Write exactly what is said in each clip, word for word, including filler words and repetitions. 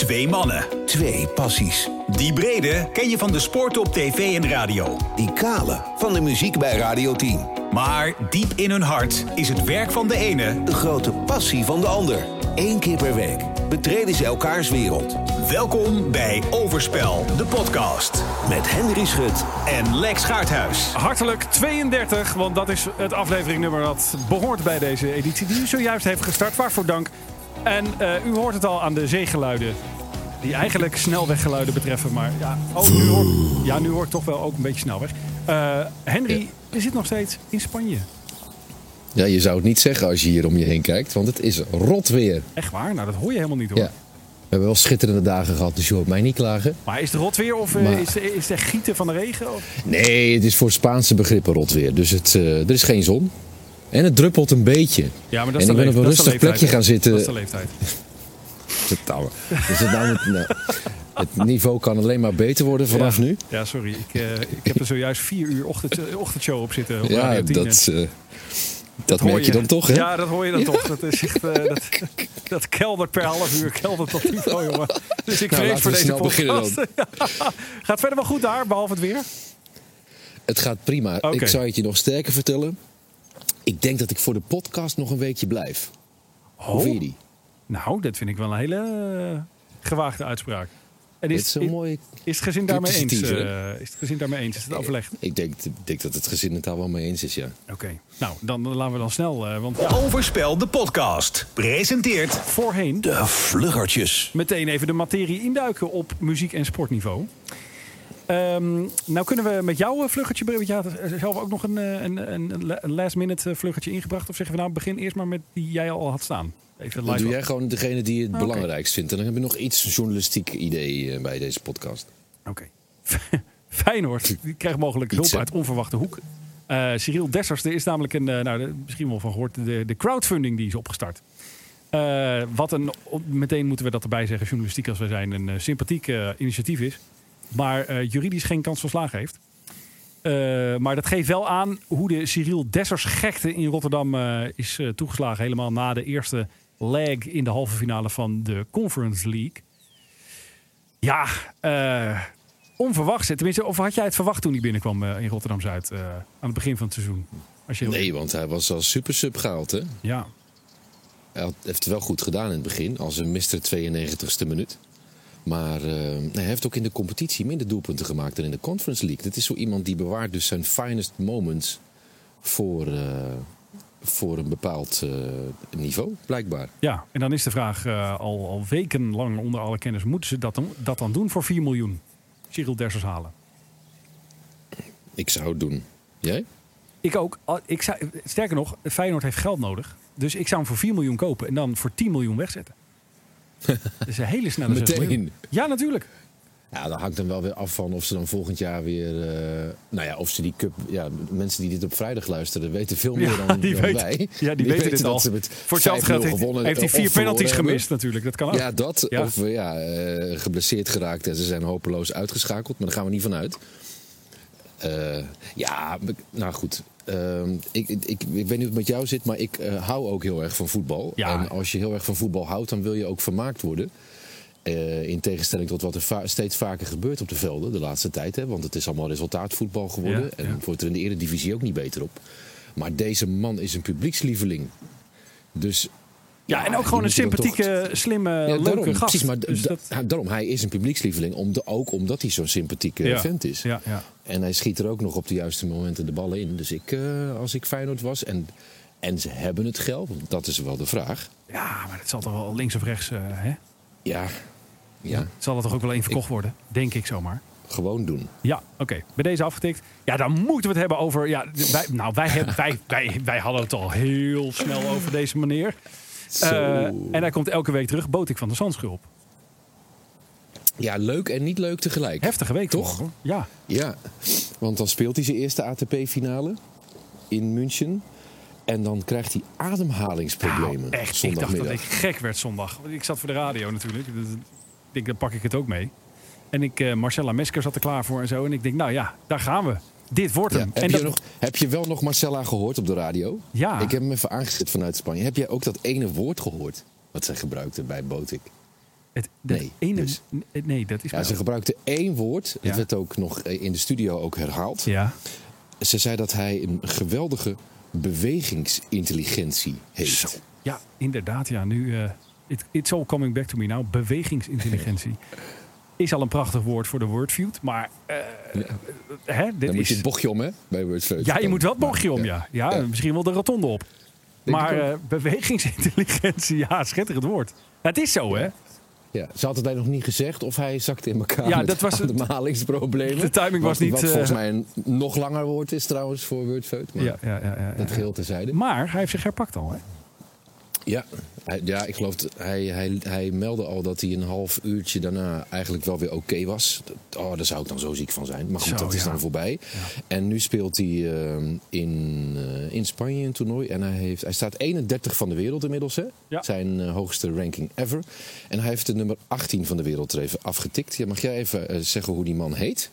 Twee mannen. Twee passies. Die brede ken je van de sport op tv en radio. Die kale van de muziek bij Radio tien. Maar diep in hun hart is het werk van de ene de grote passie van de ander. Eén keer per week betreden ze elkaars wereld. Welkom bij Overspel, de podcast. Met Henry Schut en Lex Gaarthuis. Hartelijk tweeëndertig, want dat is het afleveringnummer dat behoort bij deze editie die u zojuist heeft gestart. Waarvoor dank. En uh, u hoort het al aan de zeegeluiden. Die eigenlijk snelweggeluiden betreffen. Maar ja, oh, nu, hoor, ja, nu hoor ik toch wel ook een beetje snelweg. Uh, Henry, ja. Je zit nog steeds in Spanje. Ja, je zou het niet zeggen als je hier om je heen kijkt. Want het is rot weer. Echt waar? Nou, dat hoor je helemaal niet hoor. Ja. We hebben wel schitterende dagen gehad, dus je hoort mij niet klagen. Maar is het rot weer of maar... is, is het gieten van de regen? Of? Nee, het is voor Spaanse begrippen rot weer. Dus het, uh, er is geen zon. En het druppelt een beetje. Ja, maar dat is en ik ben op een rustig plekje gaan zitten. Dat is de leeftijd. Dus het, nou, nou, het niveau kan alleen maar beter worden vanaf ja. nu. Ja, sorry. Ik, uh, ik heb er zojuist vier uur ochtend, ochtendshow op zitten. Op ja, dat, uh, dat, dat merk je. je dan toch, hè? Ja, dat hoor je dan ja. toch. Dat, is echt, uh, dat, dat keldert per half uur, keldert tot niveau, jongen. Dus ik vrees nou, voor deze podcast. Gaat verder wel goed daar, behalve het weer? Het gaat prima. Okay. Ik zou het je nog sterker vertellen. Ik denk dat ik voor de podcast nog een weekje blijf. Oh. Hoe vind je die? Nou, dat vind ik wel een hele uh, gewaagde uitspraak. En is, is, is, mooi is het gezin daarmee eens? Uh, is het gezin daarmee eens? Is het overlegd? Ik denk, denk dat het gezin het daar wel mee eens is, ja. Oké. Okay. Nou, dan, dan laten we dan snel. Uh, want, ja. Overspel, de podcast. Presenteert voorheen de vluggertjes. Meteen even de materie induiken op muziek- en sportniveau. Um, nou kunnen we met jou een vluggertje brengen. Want je had zelf ook nog een, een, een, een last minute vluggertje ingebracht. Of zeggen we nou, begin eerst maar met die jij al had staan. Even dan doe jij gewoon degene die het ah, belangrijkst okay. vindt. En dan heb je nog iets journalistiek idee bij deze podcast. Oké. Okay. Feyenoord die krijgt mogelijk hulp uit onverwachte hoek. Uh, Cyril Dessers, er is namelijk een, uh, nou, misschien wel van gehoord, de, de crowdfunding die is opgestart. Uh, wat een, meteen moeten we dat erbij zeggen, journalistiek als wij zijn, een uh, sympathiek uh, initiatief is. Maar uh, juridisch geen kans van slagen heeft. Uh, maar dat geeft wel aan hoe de Cyril Dessers gekte in Rotterdam uh, is uh, toegeslagen. Helemaal na de eerste leg in de halve finale van de Conference League. Ja, uh, onverwachts. Tenminste, of had jij het verwacht toen hij binnenkwam uh, in Rotterdam-Zuid uh, aan het begin van het seizoen? Als je nee, want hij was als super sub gehaald, hè? Ja. Hij had, heeft het wel goed gedaan in het begin, als een mister tweeënnegentigste minuut. Maar uh, hij heeft ook in de competitie minder doelpunten gemaakt dan in de Conference League. Dit is zo iemand die bewaart dus zijn finest moments voor, uh, voor een bepaald uh, niveau, blijkbaar. Ja, en dan is de vraag uh, al, al wekenlang onder alle kennis. Moeten ze dat dan, dat dan doen voor vier miljoen? Cyril Dessers halen? Ik zou het doen. Jij? Ik ook. Ik zou, sterker nog, Feyenoord heeft geld nodig. Dus ik zou hem voor vier miljoen kopen en dan voor tien miljoen wegzetten. Dat is een hele snelle meteen. Ja, natuurlijk. Ja, dat hangt dan wel weer af van of ze dan volgend jaar weer... Uh, nou ja, of ze die cup... Ja, mensen die dit op vrijdag luisteren weten veel meer ja, dan, die dan weet, wij. Ja, die, die weten dit al. Voor hetzelfde geld heeft, heeft hij vier penalties gemist natuurlijk. Dat kan ook. Ja, dat. Ja. Of ja, uh, geblesseerd geraakt en ze zijn hopeloos uitgeschakeld. Maar daar gaan we niet van uit. Uh, ja, nou goed... Uh, ik, ik, ik, ik weet niet hoe het met jou zit, maar ik uh, hou ook heel erg van voetbal. Ja. En als je heel erg van voetbal houdt, dan wil je ook vermaakt worden. Uh, in tegenstelling tot wat er va- steeds vaker gebeurt op de velden de laatste tijd. Hè, want het is allemaal resultaatvoetbal geworden. Ja, en ja. wordt er in de Eredivisie ook niet beter op. Maar deze man is een publiekslieveling. Dus... Ja, en ook gewoon een sympathieke, toch... slimme, ja, leuke daarom, gast. Precies, maar dus da- dat... daarom, hij is een publiekslieveling. Om de, ook omdat hij zo'n sympathieke ja. vent is. Ja, ja. En hij schiet er ook nog op de juiste momenten de ballen in. Dus ik, uh, als ik Feyenoord was... En, en ze hebben het geld, want dat is wel de vraag. Ja, maar het zal toch wel links of rechts... Uh, hè? Ja. ja. Zal er toch ook wel één verkocht ik, worden? Denk ik zomaar. Gewoon doen. Ja, oké. Okay. Bij deze afgetikt. Ja, dan moeten we het hebben over... Ja, wij, nou, wij, hebben, wij, wij, wij hadden het al heel snel over deze meneer... Uh, en hij komt elke week terug, Botik van der Zandschulp. Ja, leuk en niet leuk tegelijk. Heftige week, toch? Hoor. Ja. Ja, want dan speelt hij zijn eerste A T P-finale in München. En dan krijgt hij ademhalingsproblemen. Nou, echt, ik dacht dat ik gek werd zondag. Ik zat voor de radio natuurlijk. Ik denk, dan pak ik het ook mee. En ik, uh, Marcella Mesker zat er klaar voor en zo. En ik denk, nou ja, daar gaan we. Dit wordt hem. Ja, heb, en je dat... nog, heb je wel nog Marcella gehoord op de radio? Ja. Ik heb hem even aangezet vanuit Spanje. Heb jij ook dat ene woord gehoord wat zij gebruikte bij Botik? Het, dat Nee, ene, dus- nee, dat is... Ja, mij ze ook- gebruikte één woord. Ja. Het werd ook nog in de studio ook herhaald. Ja, Ze zei dat hij een geweldige bewegingsintelligentie heeft. Zo. Ja, inderdaad. Ja, nu, uh, it, it's all coming back to me now. Bewegingsintelligentie is al een prachtig woord voor de Wordfeud. Maar uh, Ja. hè, dit Dan is... moet je het bochtje om, hè? Bij Wordfeud. Ja, je moet wel het bochtje om, ja. Ja, Ja. misschien wel de rotonde op. Denk maar ik ook. uh, bewegingsintelligentie, ja, schitterend woord. Ja, het is zo, hè? Ja, ze had het eigenlijk nog niet gezegd of hij zakte in elkaar Ja, met dat was het- ademhalingsproblemen. de timing was Wat- niet, Wat uh, volgens mij een nog langer woord is trouwens voor Wordfeud. Maar Ja, ja, ja, ja, dat ja. geheel terzijde. Maar hij heeft zich herpakt al, hè? Ja, hij, ja ik geloof dat hij, hij, hij meldde al dat hij een half uurtje daarna eigenlijk wel weer oké was. Dat- Oh, daar zou ik dan zo ziek van zijn. Maar goed, Zo, dat is ja. dan voorbij. En nu speelt hij uh, in, uh, in Spanje een toernooi. En hij, heeft, hij staat eenendertig van de wereld inmiddels. Hè? Ja. Zijn uh, hoogste ranking ever. En hij heeft de nummer achttien van de wereld er even afgetikt. Ja, mag jij even uh, zeggen hoe die man heet?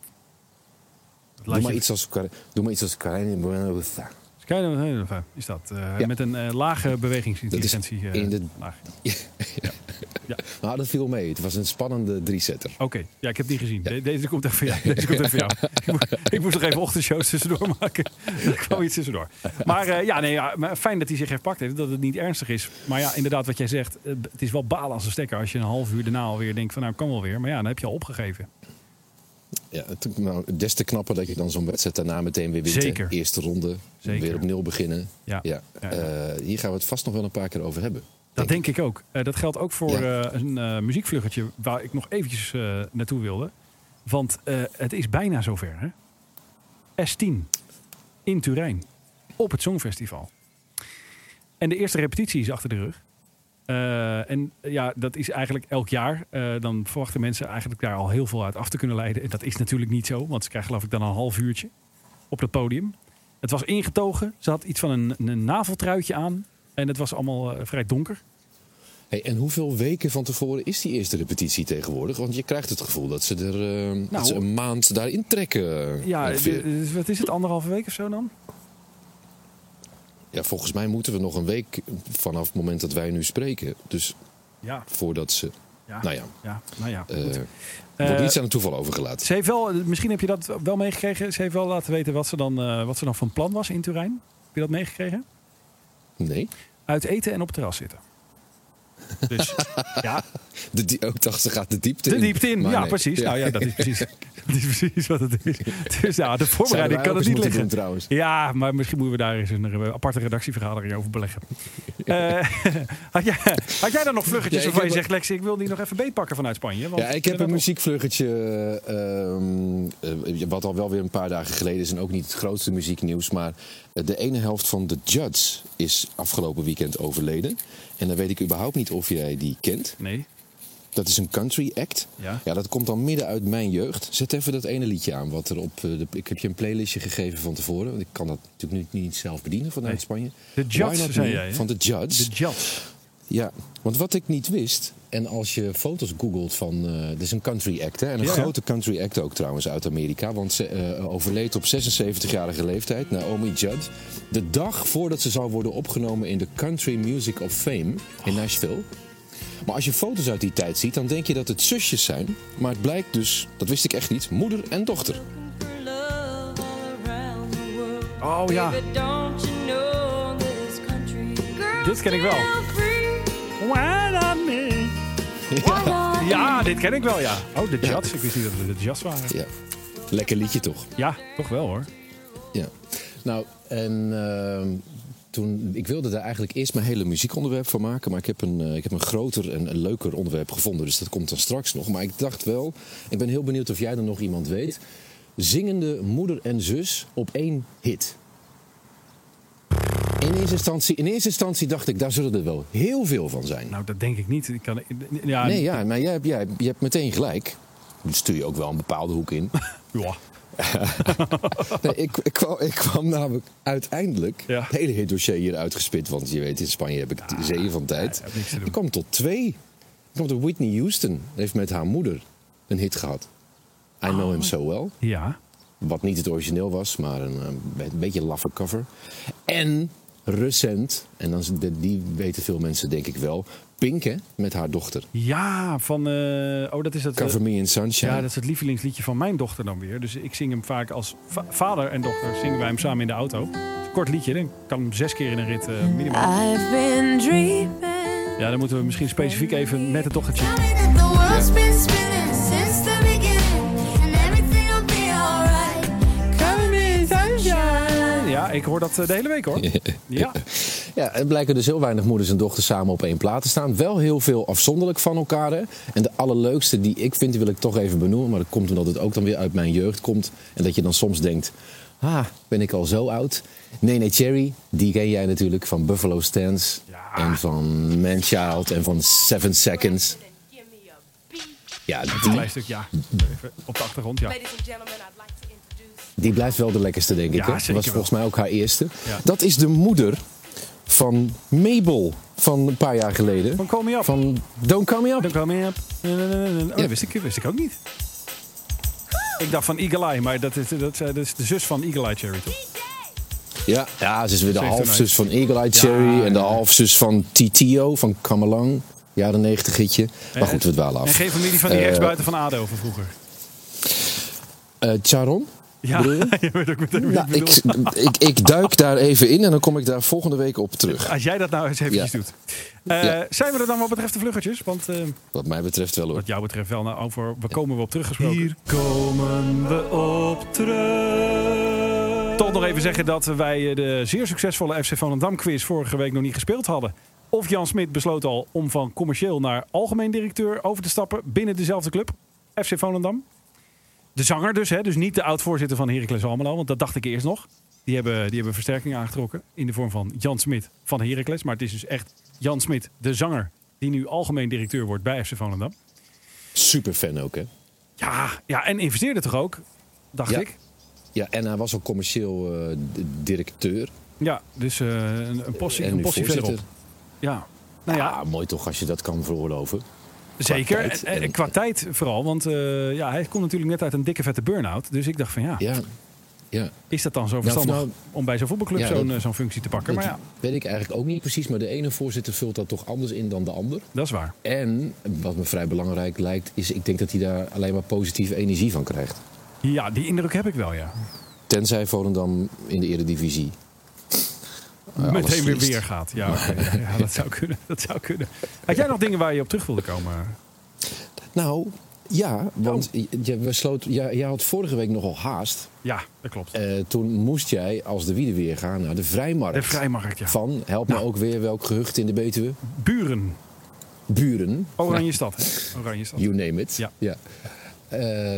Doe Laat maar, je- iets als, Kar- doe maar iets als Karen Buenavista. Kijk, is dat. Uh, Ja. Met een uh, lage bewegingsintelligentie. uh, in de- laag. Ja. Ja. Nou, dat viel mee. Het was een spannende drie-setter. Oké, okay. Ja, ik heb die gezien. De- deze komt echt voor jou. Deze komt echt voor jou. ik, moest, ik moest nog even ochtendshows tussendoor maken. Er kwam iets tussendoor. Maar uh, ja, nee, ja, maar fijn dat hij zich herpakt heeft. Dat het niet ernstig is. Maar ja, inderdaad wat jij zegt. Uh, het is wel balen als een stekker. Als je een half uur daarna alweer denkt van nou, kan wel weer. Maar ja, dan heb je al opgegeven. Ja, het, nou, des te knapper dat je dan zo'n wedstrijd daarna meteen weer wint. hè. Zeker. Eerste ronde, Zeker. weer op nul beginnen. Ja. Ja. Ja, ja. Uh, hier gaan we het vast nog wel een paar keer over hebben. Dat denk ik ook. Uh, dat geldt ook voor Ja. uh, een uh, muziekvluggetje waar ik nog eventjes uh, naartoe wilde. Want uh, het is bijna zover. Hè? S tien in Turijn op het Songfestival. En de eerste repetitie is achter de rug. Uh, en ja, dat is eigenlijk elk jaar. Uh, dan verwachten mensen eigenlijk daar al heel veel uit af te kunnen leiden. En dat is natuurlijk niet zo, want ze krijgen geloof ik dan een half uurtje op het podium. Het was ingetogen. Ze had iets van een, een naveltruitje aan. En het was allemaal uh, vrij donker. Hey, en hoeveel weken van tevoren is die eerste repetitie tegenwoordig? Want je krijgt het gevoel dat ze er uh, nou, dat ze een maand daarin trekken. Ja, ongeveer. de, wat is het? Anderhalve week of zo dan? Ja, volgens mij moeten we nog een week vanaf het moment dat wij nu spreken. Dus Ja. voordat ze... Ja. Nou ja, Ja, nou ja. uh, Goed. wordt Uh, niets aan het toeval overgelaten. Ze heeft wel, misschien heb je dat wel meegekregen. Ze heeft wel laten weten wat ze dan, uh, wat ze dan van plan was in Turijn. Heb je dat meegekregen? Nee? Uit eten en op het terras zitten. Dus ja, De, die, ook dacht ze gaat de diepte de in. diepte in. Maar Ja, nee. precies. Nou ja, dat is precies, dat is precies wat het is. Dus ja, de voorbereiding kan Zouden wij ook het eens niet moeten liggen. doen, trouwens. Ja, maar misschien moeten we daar eens een uh, aparte redactievergadering over beleggen. Uh, had, jij, had jij dan nog vluggetjes Ja, ik waarvan je heb- zegt, Lex, ik wil die nog even beetpakken vanuit Spanje? Want Ja, ik heb dat een nog- muziekvluggetje, uh, uh, wat al wel weer een paar dagen geleden is en ook niet het grootste muzieknieuws, maar uh, de ene helft van The Judds is afgelopen weekend overleden. En dan weet ik überhaupt niet of jij die kent. Nee. Dat is een country act. Ja. Ja, dat komt dan midden uit mijn jeugd. Zet even dat ene liedje aan. Wat er op, uh, de, ik heb je een playlistje gegeven van tevoren. Want ik kan dat natuurlijk niet, niet zelf bedienen vanuit Nee. Spanje. The Judds, Why Not zei Me jij, hè? van The Judds. De Judds. Ja, want wat ik niet wist, en als je foto's googelt van... Uh, dit is een country act, hè? En een Ja, ja. grote country act ook trouwens uit Amerika. Want ze uh, overleed op zesenzeventigjarige leeftijd, Naomi Judd. De dag voordat ze zou worden opgenomen in de Country Music of Fame in Nashville. Maar als je foto's uit die tijd ziet, dan denk je dat het zusjes zijn. Maar het blijkt dus, dat wist ik echt niet, moeder en dochter. Oh ja, dit ken ik wel. Why not me? Ja, dit ken ik wel, ja. Oh, de Judds. Ik wist niet dat het de Judds waren. Ja, lekker liedje toch? Ja, toch wel hoor. Ja. Nou, en uh, toen, ik wilde daar eigenlijk eerst mijn hele muziekonderwerp van maken. Maar ik heb een, uh, ik heb een groter en een leuker onderwerp gevonden. Dus dat komt dan straks nog. Maar ik dacht wel, ik ben heel benieuwd of jij er nog iemand weet. Zingende moeder en zus op één hit. In eerste instantie, in eerste instantie dacht ik, daar zullen er wel heel veel van zijn. Nou, dat denk ik niet. Ik kan, ja, Nee, ja, maar jij, hebt- jij, je hebt meteen gelijk. Dan stuur je ook wel een bepaalde hoek in. ja. Nee, ik, ik, kwam, ik kwam namelijk uiteindelijk Ja. het hele hitdossier hier uitgespit. Want je weet, in Spanje heb ik Ja, zeeën van tijd. ja, heb niks te doen. Ik kwam tot twee. Ik kwam tot Whitney Houston. Heeft met haar moeder een hit gehad. I Know Oh. Him So Well. Ja. Wat niet het origineel was, maar een, een beetje laffe cover. En recent, en dan, die weten veel mensen denk ik wel, Pink, hè, met haar dochter. Ja, van... Uh, oh, dat is het... Cover uh, Me in Sunshine. Ja, dat is het lievelingsliedje van mijn dochter dan weer. Dus ik zing hem vaak als va- vader en dochter. Zingen wij hem samen in de auto. Het is een kort liedje, ik kan hem zes keer in een rit uh, minimaal. I've been dreaming. Ja, dan moeten we misschien specifiek even met het dochtertje. Ja, ik hoor dat de hele week hoor. Ja. Ja, er blijken dus heel weinig moeders en dochters samen op één plaat te staan. Wel heel veel afzonderlijk van elkaar. Hè? En de allerleukste die ik vind, die wil ik toch even benoemen. Maar dat komt omdat het ook dan weer uit mijn jeugd komt. En dat je dan soms denkt, ah, ben ik al zo oud? Nene Cherry, die ken jij natuurlijk van Buffalo Stance. Ja. En van Manchild en van Seven Seconds. Ja, die... Een klein stuk, ja. Even op de achtergrond, ja. Die blijft wel de lekkerste, denk ik. Ja, Dat was volgens mij ook haar eerste. Ja. Dat is de moeder van Mabel van een paar jaar geleden. Van Call Me Up. Van Don't Call Me Up. Don't Call Me Up. Oh, ja. dat wist ik, wist ik ook niet. Ik dacht van Eagle Eye, maar dat is, dat, dat is de zus van Eagle Eye Cherry, toch? Ja, ja, ze is weer de Ze halfzus van Eagle Eye Cherry. Ja, en de ja. halfzus van T T O van Come Along. Jaren negentig hitje. Maar goed, we dwalen af. En geen familie van die Uh, rechtsbuiten van A D O van vroeger. Uh, Charon? Ja, je weet ook meteen wie Nou, ik bedoel. ik, ik, ik duik daar even in en dan kom ik daar volgende week op terug. Als jij dat nou eens eventjes Ja. doet. Uh, Ja. Zijn we er dan wat betreft de vluggertjes? Want uh, Wat mij betreft wel hoor. wat jou betreft wel nou, over, we komen we op teruggesproken. Hier komen we op terug. Toch nog even zeggen dat wij de zeer succesvolle F C Volendam quiz vorige week nog niet gespeeld hadden. Of Jan Smit besloot al om van commercieel naar algemeen directeur over te stappen binnen dezelfde club. F C Volendam. De zanger dus, hè? Dus niet de oud-voorzitter van Heracles Almelo, want dat dacht ik eerst nog. Die hebben, die hebben versterking aangetrokken in de vorm van Jan Smit van Heracles. Maar het is dus echt Jan Smit, de zanger, die nu algemeen directeur wordt bij F C Volendam. Super fan ook, hè? Ja, ja, en investeerde toch ook, dacht Ja. ik. Ja, en hij was ook commercieel uh, d- directeur. Ja, dus uh, een, een postie, En een nu postie voorzitter. verderop. Ja, nou ja, Ah, mooi toch als je dat kan veroorloven. zeker. Qua tijd En, en en- qua tijd vooral, want uh, ja, hij komt natuurlijk net uit een dikke vette burn-out. Dus ik dacht van ja, Ja, ja. is dat dan zo verstandig nou, om bij zo'n voetbalclub ja, zo'n, dat- uh, zo'n functie te pakken? Dat Maar ja, weet ik eigenlijk ook niet precies. Maar de ene voorzitter vult dat toch anders in dan de ander. dat is waar. En wat me vrij belangrijk lijkt, is ik denk dat hij daar alleen maar positieve energie van krijgt. Ja, die indruk heb ik wel, ja. Tenzij Volendam in de Eredivisie uh, alles Meteen weer verliest. weer gaat. Ja, okay. ja, ja, dat zou kunnen. Dat zou kunnen. Had jij nog dingen waar je op terug wilde komen? Nou, ja, want je, we sloot, jij, jij had vorige week nogal haast. Ja, dat klopt. Uh, toen moest jij als de wiede weer gaan naar de Vrijmarkt. De Vrijmarkt, ja. Van, help Nou. me ook weer, welk gehucht in de Betuwe? Buren. Buren. Oranje stad, hè? Oranje stad. You name it. Ja. Ja. Uh,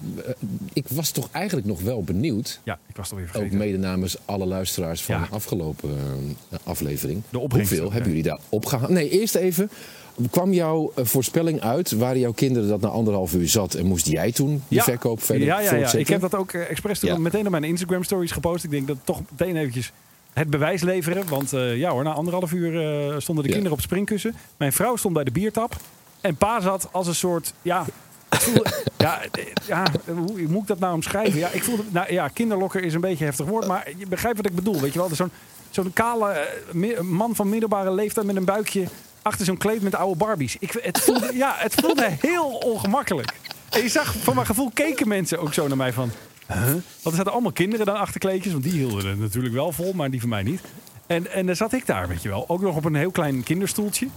ik was toch eigenlijk nog wel benieuwd. Ja, ik was het alweer Ook vergeten. mede namens alle luisteraars van Ja. de afgelopen uh, aflevering. De opbrengst Hoeveel ook, hebben hè? jullie daar opgehaald? Nee, eerst even. Kwam jouw uh, voorspelling uit? Waren jouw kinderen dat na anderhalf uur zat en moest jij toen die Ja. verkoop verder Ja, ja, ja. voortzetten? Ik heb dat ook uh, expres toen Ja. meteen op mijn Instagram stories gepost. Ik denk dat toch meteen eventjes het bewijs leveren. Want uh, ja hoor, na anderhalf uur uh, stonden de Ja. kinderen op het springkussen. Mijn vrouw stond bij de biertap. En pa zat als een soort, ja... ik voelde- ja, eh, ja, hoe hoe moet ik dat nou omschrijven? Ja, ik voelde, nou ja, kinderlokker is een beetje een heftig woord. Maar je begrijpt wat ik bedoel, weet je wel? Zo'n zo'n kale uh, mi- man van middelbare leeftijd met een buikje achter zo'n kleed met oude Barbies. Ik, het, voelde, ja, het voelde heel ongemakkelijk. En je zag, van mijn gevoel keken mensen ook zo naar mij van... Huh? Want er zaten allemaal kinderen dan achter kleedjes. Want die hielden het natuurlijk wel vol, maar die van mij niet. En, en dan zat ik daar, weet je wel. Ook nog op een heel klein kinderstoeltje.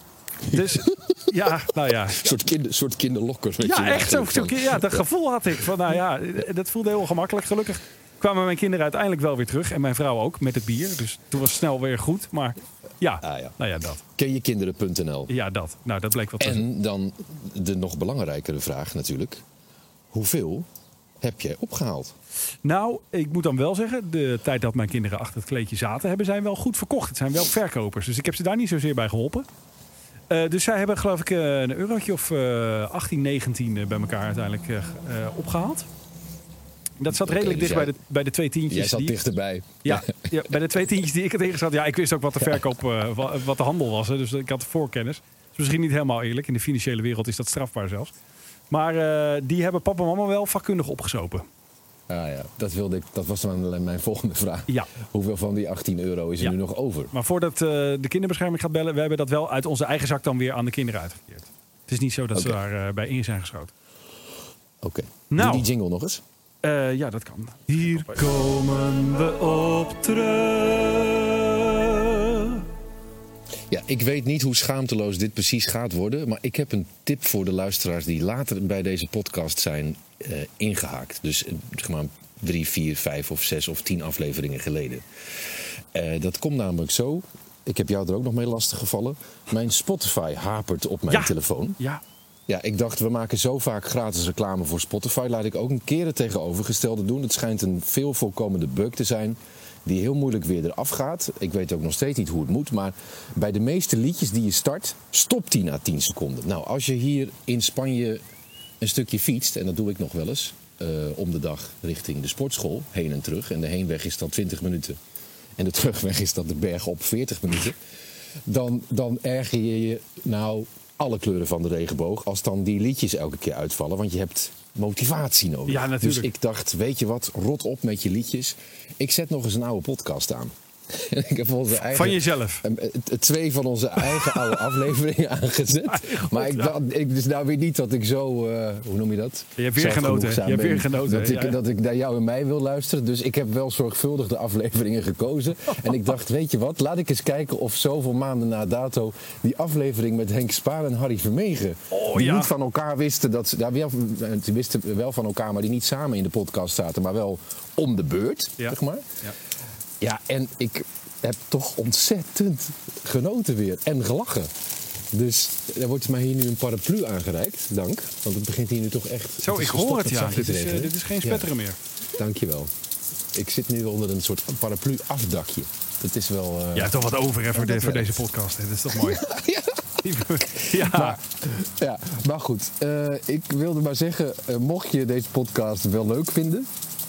Dus ja, nou ja. Een soort, kinder, soort kinderlokker. Weet je, Ja, wel, echt zo. eigenlijk zo van. ja, dat gevoel had ik. Van, nou ja, dat voelde heel ongemakkelijk. Gelukkig kwamen mijn kinderen uiteindelijk wel weer terug. En mijn vrouw ook, met het bier. Dus toen was het snel weer goed. Maar ja, Ah, ja. nou ja, dat. Ken je kinderen punt n l. Ja, dat. Nou, dat bleek wel te zijn. En dan de nog belangrijkere vraag natuurlijk. Hoeveel heb jij opgehaald? Nou, ik moet dan wel zeggen, de tijd dat mijn kinderen achter het kleedje zaten, hebben zij wel goed verkocht. Het zijn wel verkopers. Dus ik heb ze daar niet zozeer bij geholpen. Uh, dus zij hebben geloof ik uh, een eurotje of uh, achttien, negentien uh, bij elkaar uiteindelijk uh, uh, opgehaald. Dat zat Oké, redelijk dus dicht jij- bij, de, bij de twee tientjes. Jij zat die, dichterbij. ja, ja, bij de twee tientjes die ik er tegen zat. Ja, ik wist ook wat de verkoop, uh, wa- wat de handel was. Hè, dus ik had voorkennis. Dat is misschien niet helemaal eerlijk. In de financiële wereld is dat strafbaar zelfs. Maar uh, die hebben papa en mama wel vakkundig opgezopen. Ah ja, dat, wilde ik, dat was dan mijn volgende vraag. Ja. Hoeveel van die achttien euro is er Ja. nu nog over? Maar voordat uh, de kinderbescherming gaat bellen... we hebben dat wel uit onze eigen zak dan weer aan de kinderen uitgekeerd. Het is niet zo dat Oké. ze daar uh, bij in zijn geschoten. Oké. Okay. Nou. Doe die jingle nog eens. Uh, ja, dat kan. Hier komen we op terug. Ja, ik weet niet hoe schaamteloos dit precies gaat worden. Maar ik heb een tip voor de luisteraars die later bij deze podcast zijn uh, ingehaakt. Dus uh, zeg maar drie, vier, vijf of zes of tien afleveringen geleden. Uh, dat komt namelijk zo. Ik heb jou er ook nog mee lastig gevallen. Mijn Spotify hapert op mijn ja. telefoon. Ja. Ja, ik dacht, we maken zo vaak gratis reclame voor Spotify. Laat ik ook een keer het tegenovergestelde doen. Het schijnt een veel voorkomende bug te zijn die heel moeilijk weer eraf gaat. Ik weet ook nog steeds niet hoe het moet. Maar bij de meeste liedjes die je start, stopt die na tien seconden. Nou, als je hier in Spanje een stukje fietst, en dat doe ik nog wel eens, uh, om de dag richting de sportschool, heen en terug. En de heenweg is dat twintig minuten. En de terugweg is dat de berg op veertig minuten. Dan, dan erger je je, nou, alle kleuren van de regenboog, als dan die liedjes elke keer uitvallen. Want je hebt motivatie nodig. Ja, natuurlijk. Dus ik dacht, weet je wat, rot op met je liedjes. Ik zet nog eens een oude podcast aan. Ik heb onze eigen, van jezelf? Uh, twee van onze eigen oude afleveringen aangezet. God, maar ik, ja. dacht, ik dus nou weer niet dat ik zo, uh, hoe noem je dat? Je hebt weer genoten. Je hebt weer genoten. Dat, ja, ik, ja. dat ik naar jou en mij wil luisteren. Dus ik heb wel zorgvuldig de afleveringen gekozen. En ik dacht, weet je wat, laat ik eens kijken of zoveel maanden na dato die aflevering met Henk Spaan en Harry Vermegen, oh, die ja. niet van elkaar wisten, dat ze, ja, wel, ze wisten wel van elkaar, maar die niet samen in de podcast zaten, maar wel om de beurt, ja. zeg maar. Ja. Ja, en ik heb toch ontzettend genoten weer en gelachen. Dus er wordt mij hier nu een paraplu aangereikt, dank. Want het begint hier nu toch echt... Zo, het ik hoor het, ja. Dit is, uh, dit is geen spetteren ja. meer. Dankjewel. Ik zit nu onder een soort paraplu-afdakje. Dat is wel... Uh... Ja, toch wat over hè, voor, de, voor deze podcast. Hè. Dat is toch mooi. ja. ja. Maar, ja, maar goed. Uh, ik wilde maar zeggen, uh, mocht je deze podcast wel leuk vinden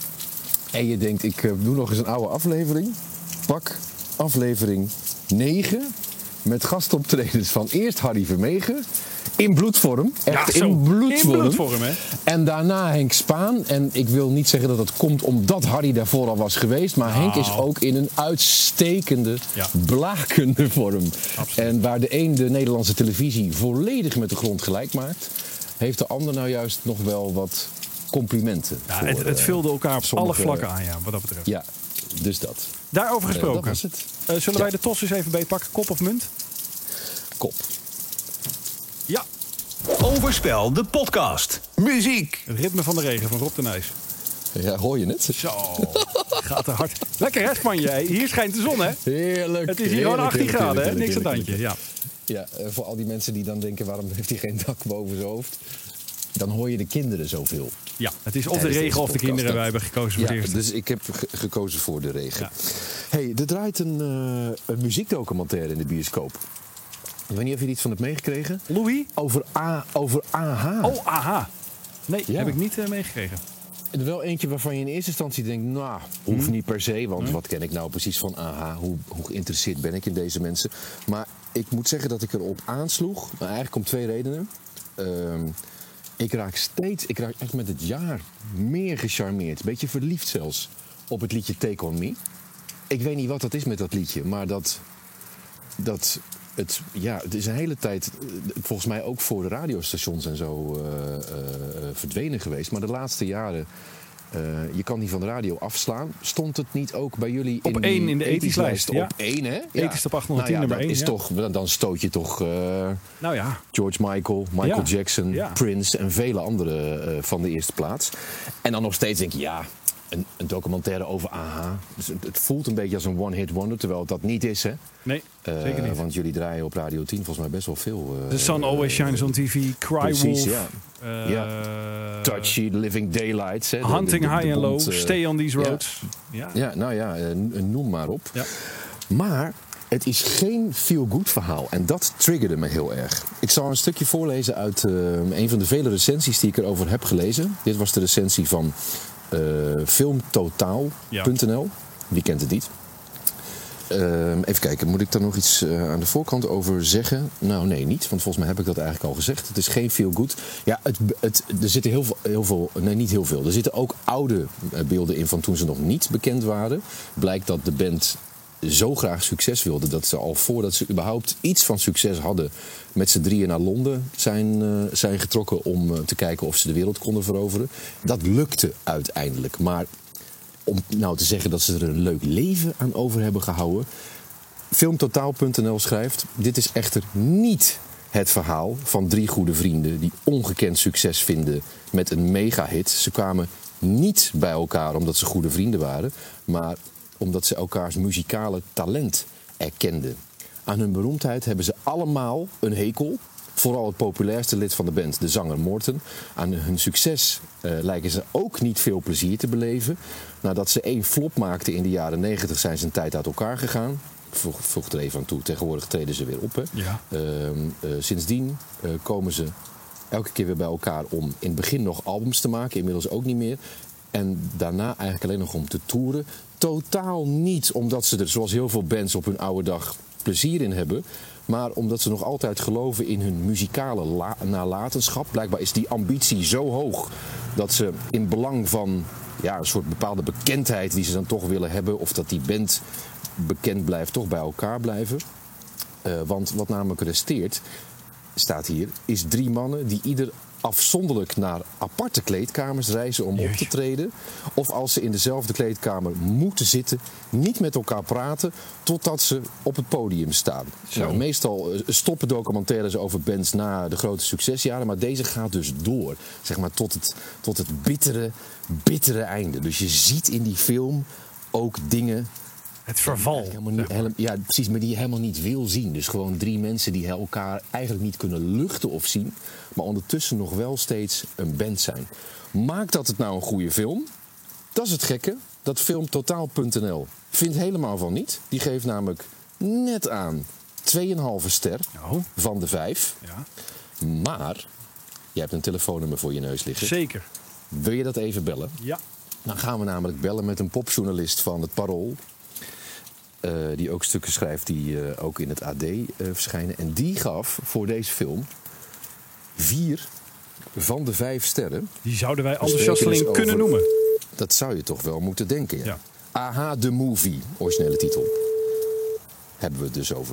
en je denkt, ik uh, doe nog eens een oude aflevering, pak aflevering negen met gastoptredens van eerst Harry Vermegen in bloedvorm. Echt ja, in bloedvorm. In bloedvorm, hè? En daarna Henk Spaan. En ik wil niet zeggen dat het komt omdat Harry daarvoor al was geweest. Maar nou. Henk is ook in een uitstekende, ja. blakende vorm. Absoluut. En waar de een de Nederlandse televisie volledig met de grond gelijk maakt, heeft de ander nou juist nog wel wat complimenten. Ja, voor, het, het vulde elkaar op sommige, alle vlakken aan, ja, wat dat betreft. Ja, dus dat. Daarover gesproken. Uh, dat was het. Uh, zullen ja. wij de tos eens even beetpakken? Kop of munt? Kop. Ja. Overspel, de podcast. Muziek. Het ritme van de regen van Rob de Nijs. Ja, hoor je het? Zo, gaat er hard. Lekker hè, Spanje? Hier schijnt de zon, hè? Heerlijk. Het is hier gewoon achttien graden, hè? Niks aan het handje. Ja. Ja, voor al die mensen die dan denken, waarom heeft hij geen dak boven zijn hoofd? Dan hoor je de kinderen zoveel. Ja, het is of de regen of de kinderen. Wij hebben gekozen voor ja, de eerste. Dus ik heb ge- gekozen voor de regen. Ja. Hey, er draait een, uh, een muziekdocumentaire in de bioscoop. Ik weet niet of je er iets van hebt meegekregen. Louis? Over, A, over A H. Oh, aha. Nee, Ja. heb ik niet uh, meegekregen. Er wel eentje waarvan je in eerste instantie denkt, nou, hoeft Hmm. niet per se. Want Hmm. wat ken ik nou precies van A H? Hoe, hoe geïnteresseerd ben ik in deze mensen? Maar ik moet zeggen dat ik erop aansloeg. Maar eigenlijk om twee redenen. Um, ik raak steeds, ik raak echt met het jaar meer gecharmeerd. Een beetje verliefd zelfs op het liedje Take On Me. Ik weet niet wat dat is met dat liedje. Maar dat, dat het, ja, het is een hele tijd, volgens mij ook voor de radiostations en zo, uh, uh, verdwenen geweest. Maar de laatste jaren, uh, je kan die van de radio afslaan. Stond het niet ook bij jullie op in één in de ethische lijst? Ja. Op één, hè? Ja. Ethisch op achthonderdtien, nou ja, nummer één. Is ja. toch, dan stoot je toch uh, nou ja. George Michael, Michael ja. Jackson, ja. Prince en vele anderen uh, van de eerste plaats. En dan nog steeds denk je, ja, een, een documentaire over A H. Dus het, het voelt een beetje als een one-hit wonder, terwijl het dat niet is, hè? Nee, uh, zeker niet. Want jullie draaien op Radio tien volgens mij best wel veel. Uh, The Sun Always Shines on T V, Cry precies, Wolf. ja. Uh, ja. Touchy, The Living Daylights. Hè, de, Hunting de, de, de High and bond, Low, uh, Stay on These Roads. Ja, ja. ja nou ja, uh, noem maar op. Ja. Maar het is geen feel-good verhaal. En dat triggerde me heel erg. Ik zal een stukje voorlezen uit uh, een van de vele recensies die ik erover heb gelezen. Dit was de recensie van uh, filmtotaal punt n l. Ja. Wie kent het niet? Uh, even kijken, moet ik daar nog iets uh, aan de voorkant over zeggen? Nou, nee, niet. Want volgens mij heb ik dat eigenlijk al gezegd. Het is geen feel good. Ja, het, het, er zitten heel veel, heel veel... Nee, niet heel veel. Er zitten ook oude beelden in van toen ze nog niet bekend waren. Blijkt dat de band zo graag succes wilde... dat ze al voordat ze überhaupt iets van succes hadden... met z'n drieën naar Londen zijn, uh, zijn getrokken... om uh, te kijken of ze de wereld konden veroveren. Dat lukte uiteindelijk. Maar om nou te zeggen dat ze er een leuk leven aan over hebben gehouden... Filmtotaal punt n l schrijft... dit is echter niet het verhaal van drie goede vrienden... die ongekend succes vinden met een megahit. Ze kwamen niet bij elkaar omdat ze goede vrienden waren... maar omdat ze elkaars muzikale talent erkenden. Aan hun beroemdheid hebben ze allemaal een hekel. Vooral het populairste lid van de band, de zanger Morten. Aan hun succes uh, lijken ze ook niet veel plezier te beleven. Nadat ze één flop maakten in de jaren negentig zijn ze een tijd uit elkaar gegaan. Ik voeg, voeg er even aan toe, tegenwoordig treden ze weer op. Hè. Ja. Uh, uh, sindsdien uh, komen ze elke keer weer bij elkaar om in het begin nog albums te maken. Inmiddels ook niet meer. En daarna eigenlijk alleen nog om te toeren. Totaal niet omdat ze er, zoals heel veel bands op hun oude dag, plezier in hebben. Maar omdat ze nog altijd geloven in hun muzikale la- nalatenschap. Blijkbaar is die ambitie zo hoog dat ze in belang van ja, een soort bepaalde bekendheid die ze dan toch willen hebben. Of dat die band bekend blijft, toch bij elkaar blijven. Uh, want wat namelijk resteert, staat hier, is drie mannen die ieder afzonderlijk naar aparte kleedkamers reizen om op te treden. Of als ze in dezelfde kleedkamer moeten zitten, niet met elkaar praten totdat ze op het podium staan. Nou, meestal stoppen documentaires over bands na de grote succesjaren, maar deze gaat dus door. Zeg maar tot het, tot het bittere, bittere einde. Dus je ziet in die film ook dingen... Het verval. Helemaal niet, helemaal, ja, precies, maar die je helemaal niet wil zien. Dus gewoon drie mensen die elkaar eigenlijk niet kunnen luchten of zien, maar ondertussen nog wel steeds een band zijn. Maakt dat het nou een goede film? Dat is het gekke. Dat Filmtotaal punt n l vindt helemaal van niet. Die geeft namelijk net aan twee komma vijf ster oh. van de vijf. Ja. Maar jij hebt een telefoonnummer voor je neus liggen. Zeker. Wil je dat even bellen? Ja. Dan gaan we namelijk bellen met een popjournalist van het Parool. Uh, die ook stukken schrijft die uh, ook in het A D uh, verschijnen. En die gaf voor deze film vier van de vijf sterren. Die zouden wij enthousiasteling dus kunnen over, noemen. Dat zou je toch wel moeten denken, ja. ja. Aha, The Movie, originele titel. Hebben we het dus over.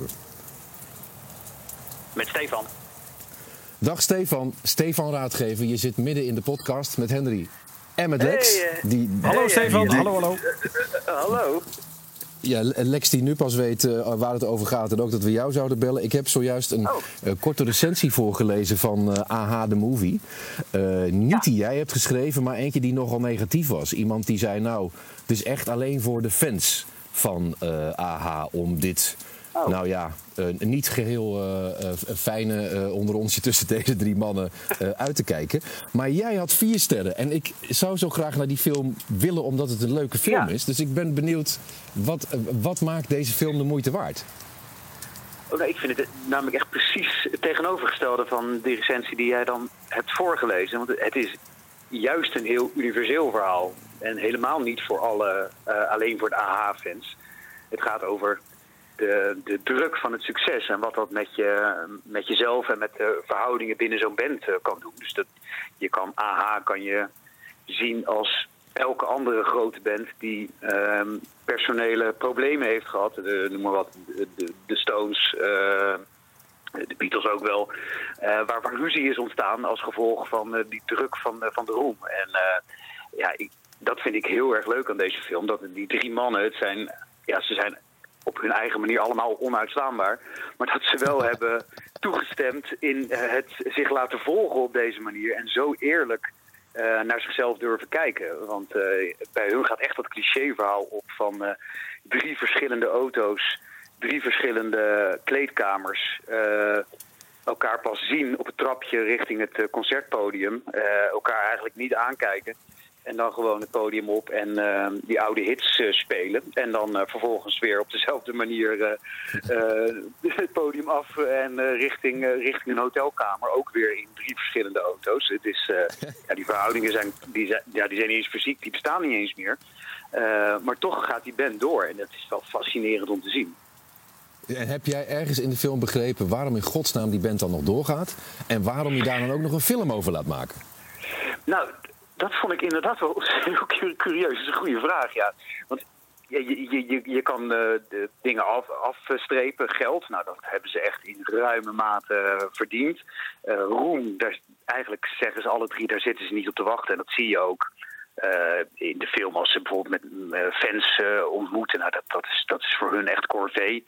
Met Stefan. Dag Stefan, Stefan Raadgever. Je zit midden in de podcast met Henry en met Lex. Hey, uh, die, hallo hey, Stefan, uh, hallo, hallo. Uh, uh, hallo. Ja, Lex die nu pas weet uh, waar het over gaat en ook dat we jou zouden bellen. Ik heb zojuist een oh. uh, korte recensie voorgelezen van uh, Aha, The Movie. Uh, niet ja. die jij hebt geschreven, maar eentje die nogal negatief was. Iemand die zei, nou, het is echt alleen voor de fans van uh, Aha om dit... Oh. Nou ja, uh, niet geheel uh, uh, fijne uh, onderontje tussen deze drie mannen uh, uit te kijken. Maar jij had vier sterren. En ik zou zo graag naar die film willen omdat het een leuke film ja. is. Dus ik ben benieuwd, wat, uh, wat maakt deze film de moeite waard? Oh, nee, ik vind het namelijk echt precies het tegenovergestelde van de recensie die jij dan hebt voorgelezen. Want het is juist een heel universeel verhaal. En helemaal niet voor alle, uh, alleen voor de A H-fans. Het gaat over... De, de druk van het succes en wat dat met, je, met jezelf en met de verhoudingen binnen zo'n band uh, kan doen. Dus dat, je kan A H kan je zien als elke andere grote band die uh, personele problemen heeft gehad. De, noem maar wat, de, de Stones, uh, de Beatles ook wel. Uh, waar, waar ruzie is ontstaan als gevolg van uh, die druk van, uh, van de roem. En uh, ja, ik, dat vind ik heel erg leuk aan deze film. Dat die drie mannen, het zijn, ja, ze zijn... op hun eigen manier allemaal onuitstaanbaar. Maar dat ze wel hebben toegestemd in het zich laten volgen op deze manier. En zo eerlijk uh, naar zichzelf durven kijken. Want uh, bij hun gaat echt dat clichéverhaal op van uh, drie verschillende auto's. Drie verschillende kleedkamers. Uh, elkaar pas zien op het trapje richting het uh, concertpodium. Uh, elkaar eigenlijk niet aankijken. En dan gewoon het podium op en uh, die oude hits uh, spelen. En dan uh, vervolgens weer op dezelfde manier uh, uh, het podium af en uh, richting, uh, richting een hotelkamer. Ook weer in drie verschillende auto's. Het is, uh, ja, die verhoudingen zijn, die zijn, ja, die zijn niet eens fysiek, die bestaan niet eens meer. Uh, maar toch gaat die band door en dat is wel fascinerend om te zien. En heb jij ergens in de film begrepen waarom in godsnaam die band dan nog doorgaat? En waarom je daar dan ook nog een film over laat maken? Nou, dat vond ik inderdaad wel heel curieus. Dat is een goede vraag, ja. Want je, je, je, je kan uh, de dingen af, afstrepen, geld. Nou, dat hebben ze echt in ruime mate uh, verdiend. Uh, roem, daar, eigenlijk zeggen ze alle drie, daar zitten ze niet op te wachten. En dat zie je ook. Uh, in de film als ze bijvoorbeeld met uh, fans uh, ontmoeten, nou, dat, dat, is, dat is voor hun echt corvée.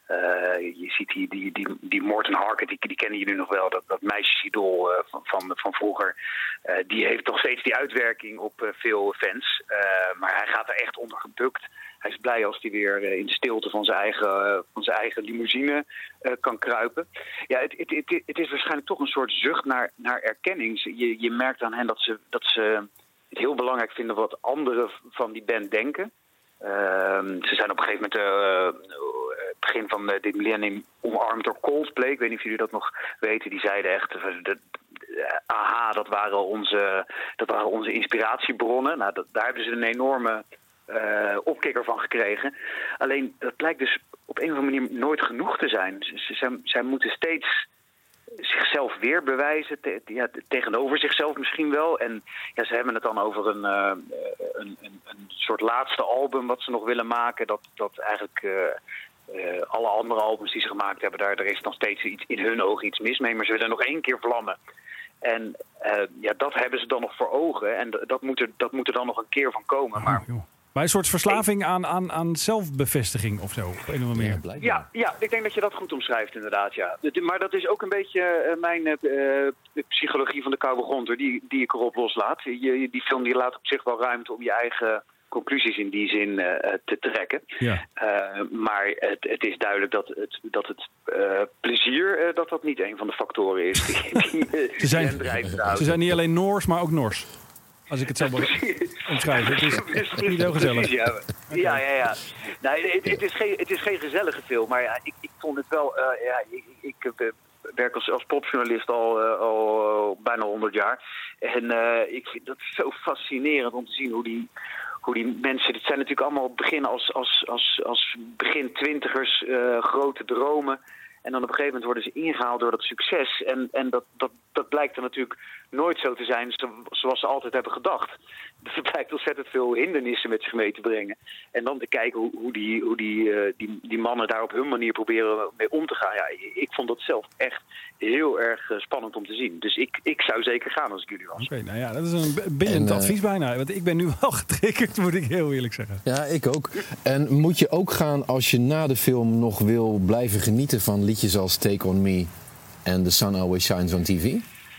Uh, je ziet die, die, die, die Morten Harket, die, die kennen jullie nog wel, dat, dat meisjesidool uh, van, van, van vroeger. Uh, die heeft nog steeds die uitwerking op uh, veel fans. Uh, maar hij gaat er echt onder gebukt. Hij is blij als hij weer uh, in de stilte van zijn eigen, uh, van zijn eigen limousine uh, kan kruipen. Ja, het, het, het, het is waarschijnlijk toch een soort zucht naar, naar erkenning. Je, je merkt aan hen dat ze... Dat ze het heel belangrijk vinden wat anderen van die band denken. Uh, ze zijn op een gegeven moment, uh, het begin van dit millennium, omarmd door Coldplay. Ik weet niet of jullie dat nog weten. Die zeiden echt, uh, de, de, aha, dat waren onze, dat waren onze inspiratiebronnen. Nou, dat, daar hebben ze een enorme uh, opkikker van gekregen. Alleen, dat blijkt dus op een of andere manier nooit genoeg te zijn. Ze, ze, zij moeten steeds zichzelf weer bewijzen, te, ja, tegenover zichzelf misschien wel. En ja, ze hebben het dan over een, uh, een, een, een soort laatste album wat ze nog willen maken. Dat, dat eigenlijk uh, uh, alle andere albums die ze gemaakt hebben, daar, daar is nog steeds iets, in hun ogen iets mis mee. Maar ze willen nog één keer vlammen. En uh, ja, dat hebben ze dan nog voor ogen. En dat moet er, dat moet er dan nog een keer van komen. Maar oh, Maar een soort verslaving aan, aan, aan zelfbevestiging of zo, op een of andere manier. Ja, ja, ik denk dat je dat goed omschrijft inderdaad, ja. Maar dat is ook een beetje uh, mijn uh, psychologie van de koude grond, hoor, die, die ik erop loslaat. Je, die film die laat op zich wel ruimte om je eigen conclusies in die zin uh, te trekken. Ja. Uh, maar het, het is duidelijk dat het, dat het uh, plezier, uh, dat dat niet een van de factoren is die, die, die ze, zijn, ze zijn niet alleen Noors, maar ook Nors. Als ik het zo mag omschrijven. Het is, het is niet heel gezellig. Ja, ja, ja. ja. Nee, het, het, is geen, het is geen gezellige film. Maar ja, ik, ik vond het wel... Uh, ja, ik, ik uh, werk als, als popjournalist al, uh, al uh, bijna honderd jaar. En uh, ik vind dat zo fascinerend om te zien hoe die... Hoe die mensen, het zijn natuurlijk allemaal beginnen als, als, als, als begin twintigers, uh, grote dromen. En dan op een gegeven moment worden ze ingehaald door dat succes. En, en dat, dat, dat blijkt er natuurlijk nooit zo te zijn zoals ze altijd hebben gedacht. Dus het blijkt ontzettend veel hindernissen met zich mee te brengen. En dan te kijken hoe, hoe, die, hoe die, uh, die, die mannen daar op hun manier proberen mee om te gaan. Ja, ik vond dat zelf echt heel erg uh, spannend om te zien. Dus ik, ik zou zeker gaan als ik jullie was. Oké, okay, nou ja, dat is een bindend uh, advies bijna. Want ik ben nu wel getriggerd, moet ik heel eerlijk zeggen. Ja, ik ook. En moet je ook gaan als je na de film nog wil blijven genieten van liedjes als Take On Me en The Sun Always Shines on T V?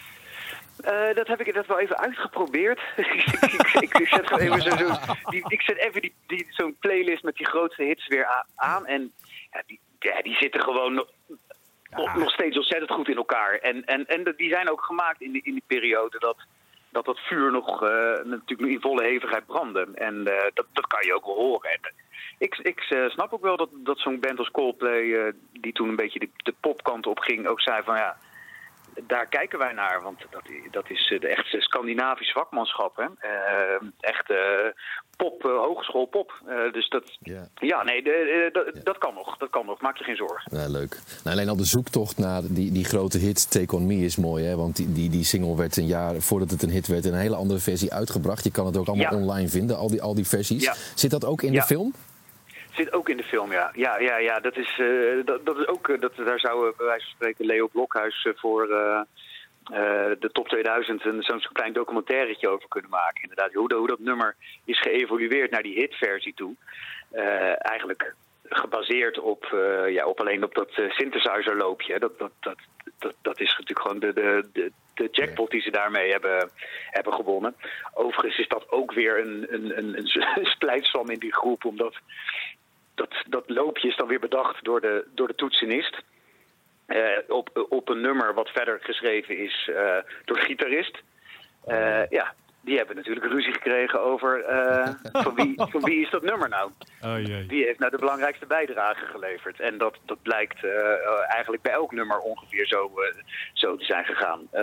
Uh, dat heb ik dat wel even uitgeprobeerd. ik, ik, ik zet gewoon even zo, zo, die, ik zet even die, die, zo'n playlist met die grootste hits weer aan. En ja, die, ja, die zitten gewoon nog, ja. nog steeds ontzettend goed in elkaar. En, en, en die zijn ook gemaakt in die, in die periode dat dat, dat vuur nog uh, natuurlijk in volle hevigheid brandde. En uh, dat, dat kan je ook wel horen. En, ik ik uh, snap ook wel dat, dat zo'n band als Coldplay, uh, die toen een beetje de, de popkant op ging, ook zei van ja, daar kijken wij naar, want dat, dat is de echte Scandinavisch vakmanschap. Hè? Uh, echt uh, pop, uh, hogeschool pop. Uh, dus dat, yeah. ja, nee, de, de, de, yeah. dat kan nog. Dat kan nog. Maak je geen zorgen. Ja, leuk. Nou, alleen al de zoektocht naar die, die grote hit Take On Me is mooi, hè? Want die, die, die single werd een jaar voordat het een hit werd in een hele andere versie uitgebracht. Je kan het ook allemaal ja. online vinden, al die, al die versies. Ja. Zit dat ook in ja. de film? Zit ook in de film, ja. Ja, ja, ja. Dat is, uh, dat, dat is ook, uh, dat, daar zou uh, bij wijze van spreken Leo Blokhuis uh, voor uh, uh, de top tweeduizend een, zo'n zo klein documentairetje over kunnen maken. Inderdaad, hoe, de, hoe dat nummer is geëvolueerd naar die hitversie toe. Uh, eigenlijk gebaseerd op, uh, ja, op alleen op dat uh, synthesizerloopje. Dat, dat, dat, dat, dat is natuurlijk gewoon de, de, de, de jackpot die ze daarmee hebben, hebben gewonnen. Overigens is dat ook weer een, een, een, een splijtswam in die groep, omdat Dat, dat loopje is dan weer bedacht door de, door de toetsenist. Uh, op, op een nummer wat verder geschreven is uh, door de gitarist. Uh, ja, die hebben natuurlijk ruzie gekregen over uh, van, wie, van wie is dat nummer nou? Oh, jee. Wie heeft nou de belangrijkste bijdrage geleverd? En dat, dat blijkt uh, eigenlijk bij elk nummer ongeveer zo, uh, zo te zijn gegaan. Uh,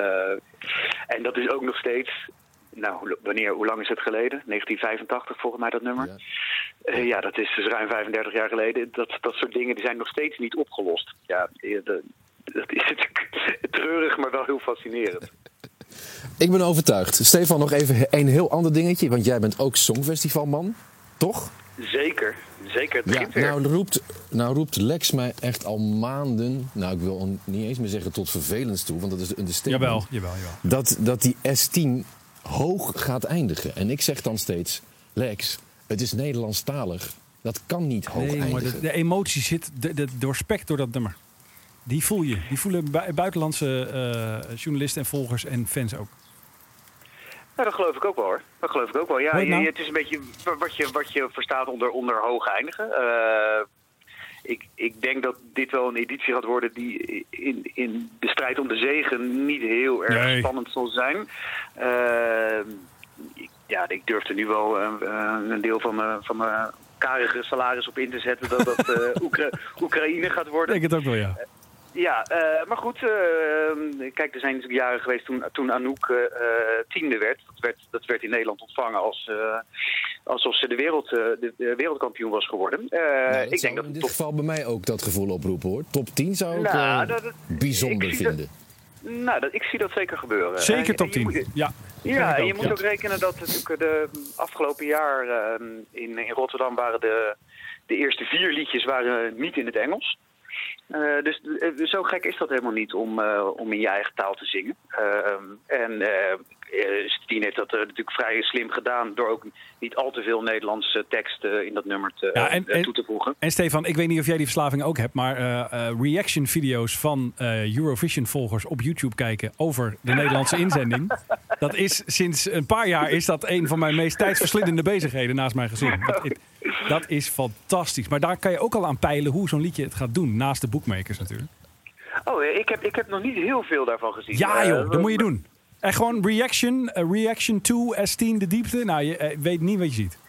en dat is ook nog steeds... Nou, wanneer, hoe lang is het geleden? negentien vijfentachtig volgens mij dat nummer. Ja, uh, ja dat is dus ruim vijfendertig jaar geleden. Dat, dat soort dingen die zijn nog steeds niet opgelost. Ja, de, dat is natuurlijk treurig, maar wel heel fascinerend. Ik ben overtuigd. Stefan, nog even een heel ander dingetje. Want jij bent ook Songfestivalman, toch? Zeker, zeker. Het begint ja, weer. Nou roept, nou roept Lex mij echt al maanden... Nou, ik wil niet eens meer zeggen tot vervelend toe, want dat is een understatement. Jawel, jawel, jawel. Dat, dat die S tien hoog gaat eindigen. En ik zeg dan steeds, Lex, het is Nederlandstalig. Dat kan niet hoog nee, eindigen. Maar de, de emotie zit de, de, doorspekt door dat nummer. Die voel je. Die voelen bu- buitenlandse uh, journalisten en volgers en fans ook. Nou, dat geloof ik ook wel hoor. Dat geloof ik ook wel. Ja, nou? je, het is een beetje wat je, wat je verstaat onder, onder hoog eindigen. Uh, ik, ik denk dat dit wel een editie gaat worden die in, in de strijd om de zegen niet heel erg nee. spannend zal zijn. Uh, ik, ja, ik durf er nu wel uh, een deel van mijn, van mijn karige salaris op in te zetten dat dat uh, Oekra- Oekraïne gaat worden. Ik denk het ook wel, ja. Ja, uh, maar goed, uh, kijk, er zijn natuurlijk jaren geweest toen, toen Anouk uh, tiende werd. Dat, werd. dat werd in Nederland ontvangen als, uh, alsof ze de, wereld, uh, de, de wereldkampioen was geworden. Uh, nou, dat ik denk dat in dit top... geval bij mij ook dat gevoel oproepen, hoor. Top tien zou ik nou, uh, dat, dat, bijzonder ik vinden. Dat, nou, dat, ik zie dat zeker gebeuren. Zeker uh, top tien, moet, ja. Ja, en je ook, moet ja. ook rekenen dat natuurlijk de afgelopen jaar uh, in, in Rotterdam waren de, de eerste vier liedjes waren niet in het Engels. Uh, dus uh, zo gek is dat helemaal niet om, uh, om in je eigen taal te zingen. Uh, en uh, Stien heeft dat uh, natuurlijk vrij slim gedaan door ook niet al te veel Nederlandse tekst uh, in dat nummer te, Ja, en, uh, en, toe te voegen. En Stefan, ik weet niet of jij die verslaving ook hebt, maar uh, uh, reaction-video's van uh, Eurovision-volgers op YouTube kijken over de Nederlandse inzending. Dat is sinds een paar jaar is dat een van mijn meest tijdsverslindende bezigheden naast mijn gezin. Dat, it, dat is fantastisch. Maar daar kan je ook al aan peilen hoe zo'n liedje het gaat doen, naast de boekmakers natuurlijk. Oh, ik heb, ik heb nog niet heel veel daarvan gezien. Ja joh, uh, dat moet je doen. En gewoon reaction, uh, reaction to S tien, de diepte. Nou, je uh, weet niet wat je ziet.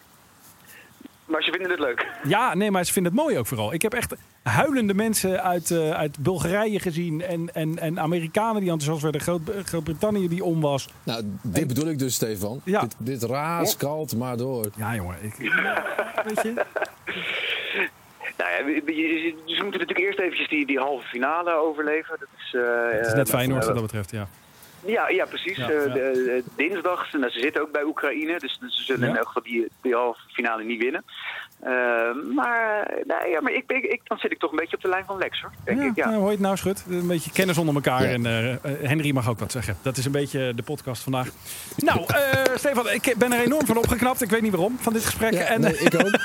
Maar ze vinden het leuk. Ja, nee, maar ze vinden het mooi ook vooral. Ik heb echt huilende mensen uit, uh, uit Bulgarije gezien en, en, en Amerikanen die enthousiast werden. Groot, Groot-Brittannië die om was. Nou, dit en... bedoel ik dus, Stefan. Ja. Dit, dit raaskalt maar door. Ja, jongen. Ik, weet je... Nou ja, ze moeten natuurlijk eerst eventjes die, die halve finale overleven. Dat is, uh, het is net Feyenoord uh, wat dat betreft, ja. Ja, ja, precies. Ja, ja. Uh, de, uh, dinsdag, nou, ze zitten ook bij Oekraïne, dus ze zullen ja. in elk geval die, die halve finale niet winnen. Uh, maar, nou, ja, maar ik, ik, ik, dan zit ik toch een beetje op de lijn van Lex, hoor. Denk ja, ik, ja. Nou, hoor je het nou, Schut? Een beetje kennis onder elkaar. Ja. En uh, uh, Henry mag ook wat zeggen. Dat is een beetje de podcast vandaag. Nou, uh, Stefan, ik ben er enorm van opgeknapt. Ik weet niet waarom, van dit gesprek. Ja, en, nee, ik ook.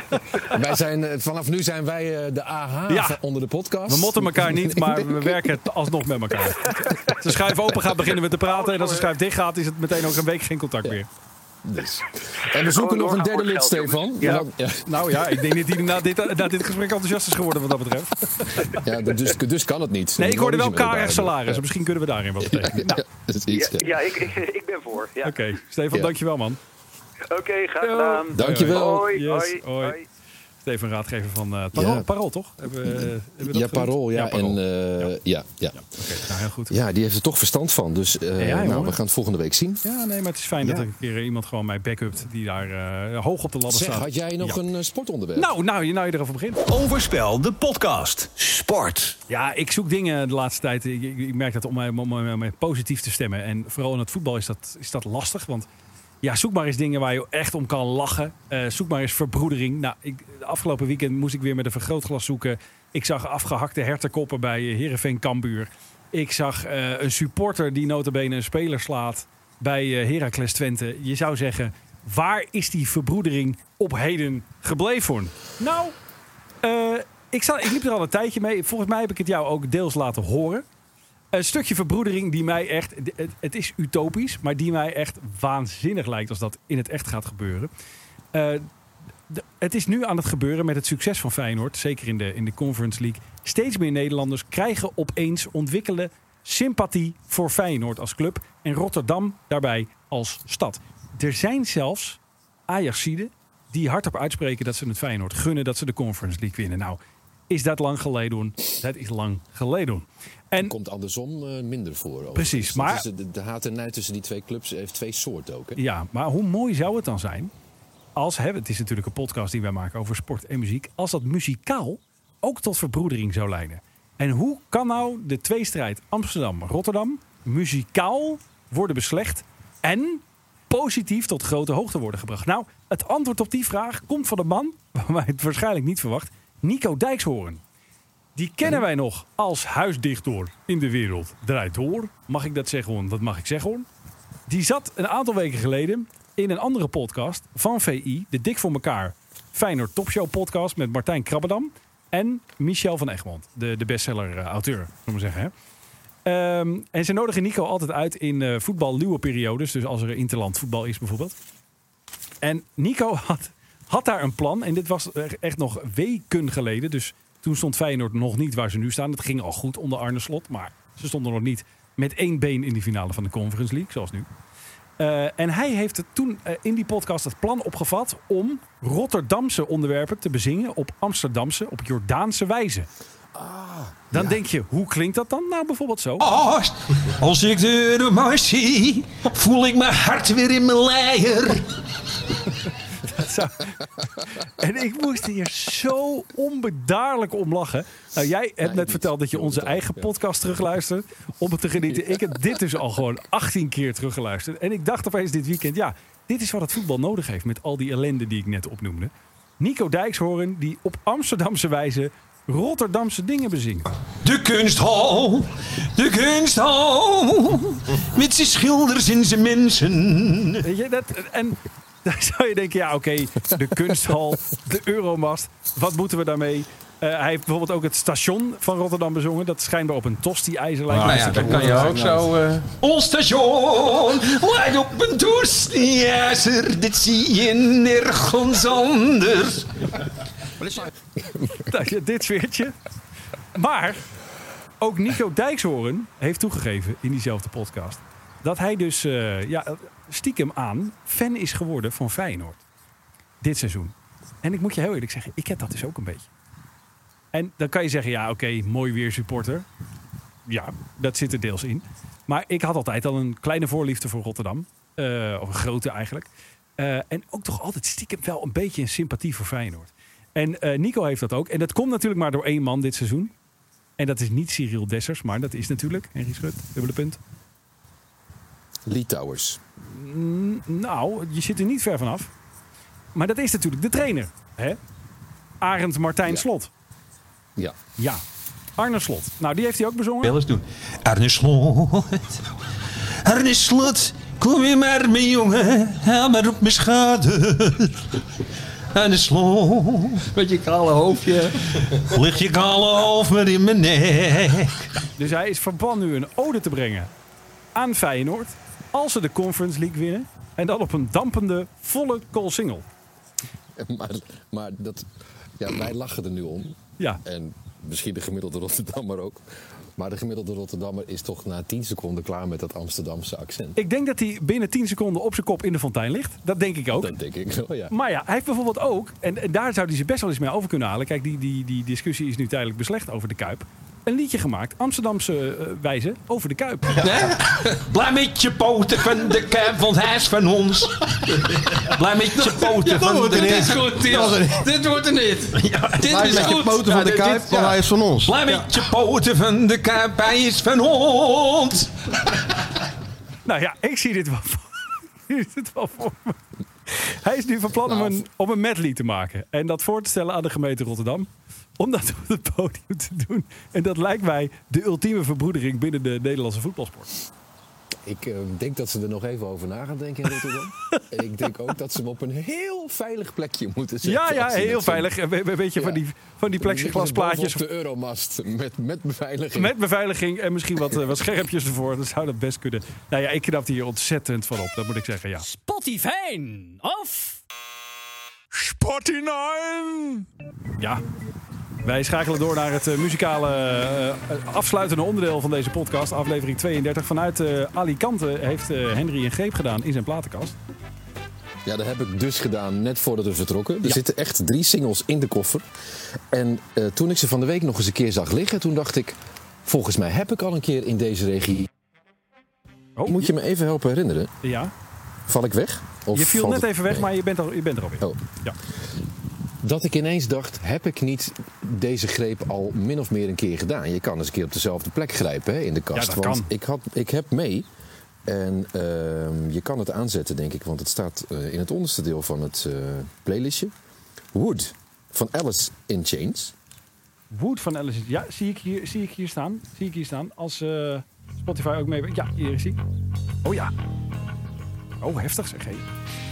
wij zijn, vanaf nu zijn wij uh, de A H ja. onder de podcast. We motten elkaar niet, maar we werken alsnog met elkaar. Als de schuif open gaat, beginnen we te praten. En als de schuif dicht gaat, is het meteen ook een week geen contact meer. Dus. En we zoeken nog een derde lid, Stefan. Ja. Ja. Nou ja, ik denk dat hij na dit, na dit gesprek enthousiast is geworden wat dat betreft. Ja, dus, dus kan het niet. Nee, ik hoorde wel karig salaris. Ja. Misschien kunnen we daarin wat betekenen. Nou. Ja, ja, ja ik, ik ben voor. Ja. Oké, okay. Stefan, ja. dankjewel man. Oké, okay, graag gedaan. Dankjewel. Hoi, yes. hoi, hoi. hoi. Steven, raadgever van uh, Parool, ja. Parool, toch? Hebben we, hebben we dat ja, Parool, ja. ja, Parool. En, uh, ja. ja, ja. ja. Okay, nou, heel goed. Ja, die heeft er toch verstand van. Dus uh, ja, nou, we gaan het volgende week zien. Ja, nee, maar het is fijn ja. dat er een keer iemand gewoon mij backupt die daar uh, hoog op de ladder zeg, staat. Had jij nog ja. een uh, sportonderwerp? Nou, nou, nou je erover begint. Overspel, de podcast. Sport. Ja, ik zoek dingen de laatste tijd. Ik, ik, ik merk dat om mij, om mij, om mij positief te stemmen. En vooral in het voetbal is dat, is dat lastig, want... Ja, zoek maar eens dingen waar je echt om kan lachen. Uh, zoek maar eens verbroedering. Nou, ik, de afgelopen weekend moest ik weer met een vergrootglas zoeken. Ik zag afgehakte hertenkoppen bij Heerenveen Cambuur. Ik zag uh, een supporter die nota bene een speler slaat bij uh, Heracles Twente. Je zou zeggen, waar is die verbroedering op heden gebleven? Nou, uh, ik, zal, ik liep er al een tijdje mee. Volgens mij heb ik het jou ook deels laten horen. Een stukje verbroedering die mij echt... Het, het is utopisch, maar die mij echt waanzinnig lijkt als dat in het echt gaat gebeuren. Uh, de, het is nu aan het gebeuren met het succes van Feyenoord. Zeker in de, in de Conference League. Steeds meer Nederlanders krijgen opeens ontwikkelen sympathie voor Feyenoord als club. En Rotterdam daarbij als stad. er zijn zelfs Ajaxiden die hardop uitspreken dat ze het Feyenoord gunnen dat ze de Conference League winnen. Nou, is dat lang geleden? Dat is lang geleden. En dat komt andersom uh, minder voor. Overigens. Precies, maar de, de, de haat en nijd tussen die twee clubs heeft twee soorten ook. Hè? Ja, maar hoe mooi zou het dan zijn als, hè, het is natuurlijk een podcast die wij maken over sport en muziek, als dat muzikaal ook tot verbroedering zou leiden. En hoe kan nou de tweestrijd Amsterdam-Rotterdam muzikaal worden beslecht en positief tot grote hoogte worden gebracht? Nou, het antwoord op die vraag komt van de man, waar wij het waarschijnlijk niet verwacht, Nico Dijkshoorn. Die kennen wij nog als huisdichter in de wereld draait door. Mag ik dat zeggen hoor? Dat mag ik zeggen hoor. Die zat een aantal weken geleden in een andere podcast van V I, de Dik voor elkaar Feyenoord Topshow podcast met Martijn Krabbedam en Michel van Egmond, de, de bestseller-auteur, uh, zullen we zeggen. Hè? Um, en ze nodigen Nico altijd uit in uh, voetballuwe periodes, dus als er interland voetbal is bijvoorbeeld. En Nico had, had daar een plan en dit was echt nog weken geleden, dus toen stond Feyenoord nog niet waar ze nu staan. Het ging al goed onder Arne Slot, maar ze stonden nog niet met één been in de finale van de Conference League, zoals nu. Uh, en hij heeft het toen uh, in die podcast het plan opgevat om Rotterdamse onderwerpen te bezingen op Amsterdamse, op Jordaanse wijze. Ah, dan ja. denk je, hoe klinkt dat dan? Nou, bijvoorbeeld zo. Als, als ik de, de mais zie, voel ik mijn hart weer in mijn leier. Dat zou... En ik moest hier zo onbedaarlijk om lachen. Nou, jij hebt nee, net verteld dat je onze eigen podcast terugluistert om het te genieten. Ik heb dit dus al gewoon achttien keer teruggeluisterd. En ik dacht opeens dit weekend, ja, dit is wat het voetbal nodig heeft met al die ellende die ik net opnoemde. Nico Dijkshoorn die op Amsterdamse wijze Rotterdamse dingen bezingt. De kunsthal, de kunsthal, met zijn schilders en zijn mensen. Weet je, dat, en dan zou je denken, ja oké, okay, de kunsthal, de Euromast, wat moeten we daarmee? Uh, hij heeft bijvoorbeeld ook het station van Rotterdam bezongen. Dat schijnbaar op een tosti-ijzer lijkt. Ah, ja, dat kan je ook zo... Uh... Ons station lijkt op een tosti-ijzer. Dit zie je nergens anders. Nou, dit sfeertje. Maar ook Nico Dijkshoorn heeft toegegeven in diezelfde podcast dat hij dus uh, ja, stiekem aan fan is geworden van Feyenoord. Dit seizoen. En ik moet je heel eerlijk zeggen, ik heb dat dus ook een beetje. En dan kan je zeggen, ja oké, okay, mooi weer supporter. Ja, dat zit er deels in. Maar ik had altijd al een kleine voorliefde voor Rotterdam. Uh, of een grote eigenlijk. Uh, en ook toch altijd stiekem wel een beetje een sympathie voor Feyenoord. En uh, Nico heeft dat ook. En dat komt natuurlijk maar door één man dit seizoen. En dat is niet Cyril Dessers, maar dat is natuurlijk Henry Schut, dubbele punt. Lee Towers. Mm, nou, je zit er niet ver vanaf. Maar dat is natuurlijk de trainer. Hè? Arend Martijn ja. Slot. Ja. Ja. Arne Slot. Nou, die heeft hij ook bezongen. Wel eens doen. Arne Slot. Arne Slot. Kom je maar mee, jongen. Haal maar op mijn schade. Arne Slot. Met je kale hoofdje. Ligt je kale hoofd maar in mijn nek. Dus hij is van plan nu een ode te brengen aan Feyenoord. Als ze de Conference League winnen. En dan op een dampende, volle Koolsingel. Maar, maar dat, ja, wij lachen er nu om. Ja. En misschien de gemiddelde Rotterdammer ook. Maar de gemiddelde Rotterdammer is toch na tien seconden klaar met dat Amsterdamse accent. Ik denk dat hij binnen tien seconden op zijn kop in de fontein ligt. Dat denk ik ook. Dat denk ik wel, ja. Maar ja, hij heeft bijvoorbeeld ook, en, en daar zou hij zich best wel eens mee over kunnen halen. Kijk, die, die, die discussie is nu tijdelijk beslecht over de Kuip. Een liedje gemaakt, Amsterdamse uh, wijze, over de Kuip. Ja. Blij met je poten van de Kuip, want hij is van ons. Blij met je poten van de Kuip. Dit is goed, dit, dit wordt er niet. Ja, dit Blij is met goed. je poten van ja, de Kuip, dit, want ja. hij is van ons. Blij met ja. je poten van de Kuip, hij is van ons. Nou ja, ik zie dit wel voor, dit wel voor me. Hij is nu van plan nou, om, een, om een medley te maken. En dat voor te stellen aan de gemeente Rotterdam. Om dat op het podium te doen. En dat lijkt mij de ultieme verbroedering binnen de Nederlandse voetbalsport. Ik uh, denk dat ze er nog even over na gaan denken in Rotterdam. En ik denk ook dat ze hem op een heel veilig plekje moeten zetten. Ja, ja, heel veilig. Een beetje ja. van die, van die plexiglasplaatjes. Op de Euromast met, met beveiliging. Met beveiliging en misschien wat, wat schermpjes ervoor. Dat zou dat best kunnen. Nou ja, ik knap hier ontzettend van op. Dat moet ik zeggen, ja. Spotify of... Spotify! Ja. Wij schakelen door naar het uh, muzikale uh, afsluitende onderdeel van deze podcast. Aflevering tweeëndertig. Vanuit uh, Alicante heeft uh, Henry een greep gedaan in zijn platenkast. Ja, dat heb ik dus gedaan net voordat we vertrokken. Er Ja. zitten echt drie singles in de koffer. En uh, toen ik ze van de week nog eens een keer zag liggen, toen dacht ik... Volgens mij heb ik al een keer in deze regie... Oh, Moet je me even helpen herinneren? Ja. Val ik weg? Of Je viel valt net het- even weg, nee. maar je bent, al, je bent er alweer. Oh. Ja. Dat ik ineens dacht, heb ik niet deze greep al min of meer een keer gedaan? Je kan eens een keer op dezelfde plek grijpen hè, in de kast. Ja, dat want kan. Ik, had, ik heb mee... En uh, je kan het aanzetten, denk ik, want het staat uh, in het onderste deel van het uh, playlistje. Wood van Alice in Chains. Wood van Alice. Ja, zie ik hier, zie ik hier staan. Zie ik hier staan. Als uh, Spotify ook mee... Ja, hier is hij. Oh ja. Oh, heftig zeg. Hey.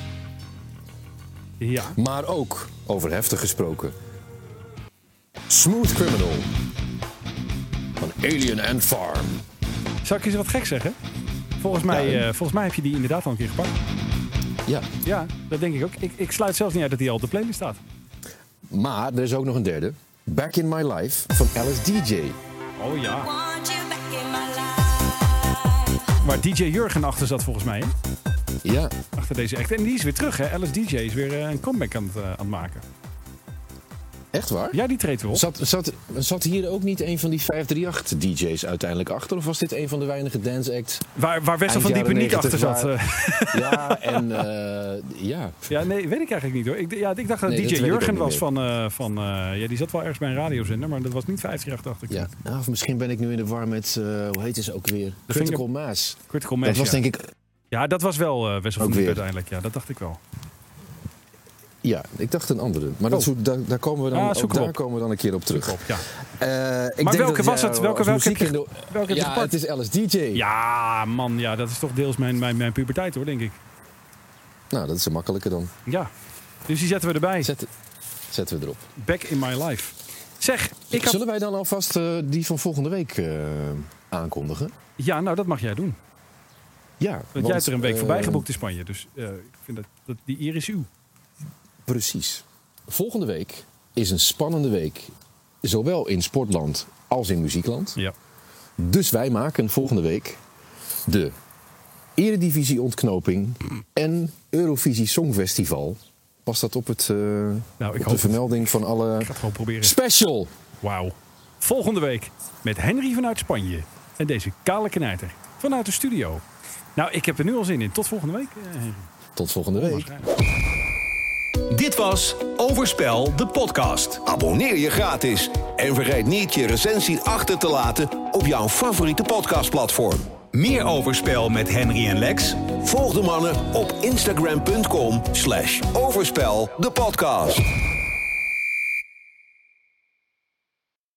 Ja. Maar ook, over heftig gesproken... Smooth Criminal van Alien Ant Farm. Zal ik eens wat gek zeggen? Volgens mij, Ja, uh, volgens mij heb je die inderdaad al een keer gepakt. Ja. Ja, dat denk ik ook. Ik, ik sluit zelfs niet uit dat die al op de playlist staat. Maar er is ook nog een derde. Back in My Life van Alice D J. Oh ja. Waar D J Jurgen achter zat volgens mij. Hè? Ja. Achter deze act. En die is weer terug hè. Alice D J is weer uh, een comeback aan het, uh, aan het maken. Echt waar? Ja, die treedt weer op. Zat, zat, zat hier ook niet een van die vijf drie acht D J's uiteindelijk achter? Of was dit een van de weinige dance acts? Waar, waar Wessel van Diepen niet achter zat. Waar, ja, en uh, ja. Ja, nee, weet ik eigenlijk niet hoor. Ik, ja, ik dacht dat Nee, D J dat weet ik Jurgen ook niet was van... Uh, van uh, ja, die zat wel ergens bij een radiozender, maar dat was niet vijf drie acht, dacht ik. Ja, nou, of misschien ben ik nu in de war met, uh, hoe heet ze ook weer? De Critical vinger... Mass. Critical Mass, Dat was ja. denk ik... Ja, dat was wel uh, Wessel van Diepen uiteindelijk. Ja, dat dacht ik wel. Ja, ik dacht een andere. Maar dat, oh. daar, daar, komen we dan, ah, ook daar op. komen we dan een keer op terug. Op, ja. Uh, ik maar denk welke dat, was ja, het? Welke, welke heb je, de... welke heb je ja, gepakt? het is Alice D J. Ja, man. Ja, dat is toch deels mijn, mijn, mijn puberteit hoor, denk ik. Nou, dat is een makkelijke dan. Ja. Dus die zetten we erbij. Zet, zetten we erop. Back in my life. Zeg, ik had... Zullen wij dan alvast uh, die van volgende week uh, aankondigen? Ja, nou dat mag jij doen. Ja. Want, want jij hebt er een week uh, voorbij geboekt in Spanje. Dus uh, ik vind dat, dat die eer is uw. Precies. Volgende week is een spannende week. Zowel in sportland als in muziekland. Ja. Dus wij maken volgende week de Eredivisie-ontknoping en Eurovisie Songfestival. Past dat op, het, uh, nou, ik op de vermelding van alle... Ik ga het gewoon proberen. Special! Wauw. Volgende week met Henry vanuit Spanje. En deze kale knijter vanuit de studio. Nou, ik heb er nu al zin in. Tot volgende week, Henry. Tot volgende week. Dit was Overspel, de podcast. Abonneer je gratis en vergeet niet je recensie achter te laten op jouw favoriete podcastplatform. Meer Overspel met Henry en Lex? Volg de mannen op instagram punt com slash overspel de podcast.